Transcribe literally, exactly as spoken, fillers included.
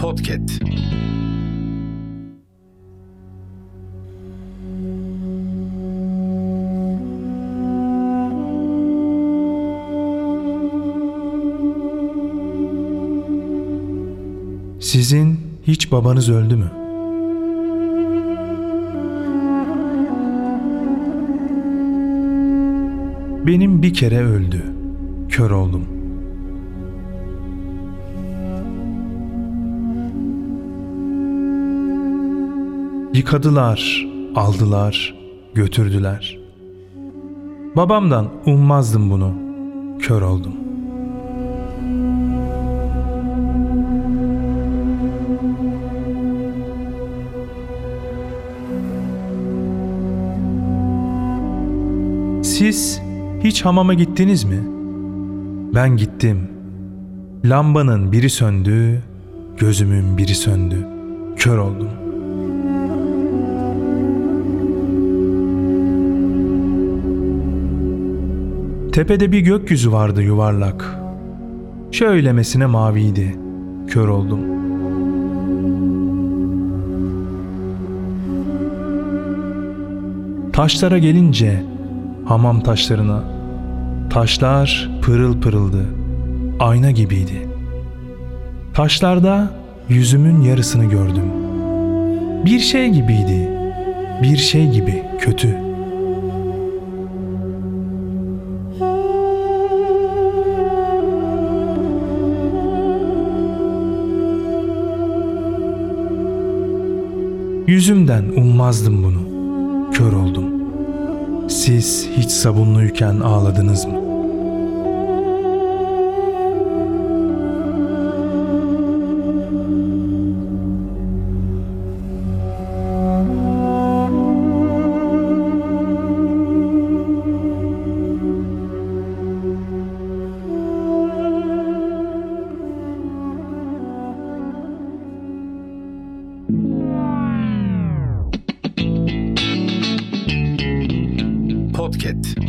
Podcast. Sizin hiç babanız öldü mü? Benim bir kere öldü. Kör oldum. Yıkadılar, aldılar, götürdüler. Babamdan ummazdım bunu. Kör oldum. Siz hiç hamama gittiniz mi? Ben gittim. Lambanın biri söndü, gözümün biri söndü. Kör oldum. Tepede bir gökyüzü vardı yuvarlak. Şöylemesine maviydi. Kör oldum. Taşlara gelince, hamam taşlarına, taşlar pırıl pırıldı, ayna gibiydi. Taşlarda yüzümün yarısını gördüm. Bir şey gibiydi, bir şey gibi kötü. Yüzümden ummazdım bunu, kör oldum. Siz hiç sabunluyken ağladınız mı? Podcast.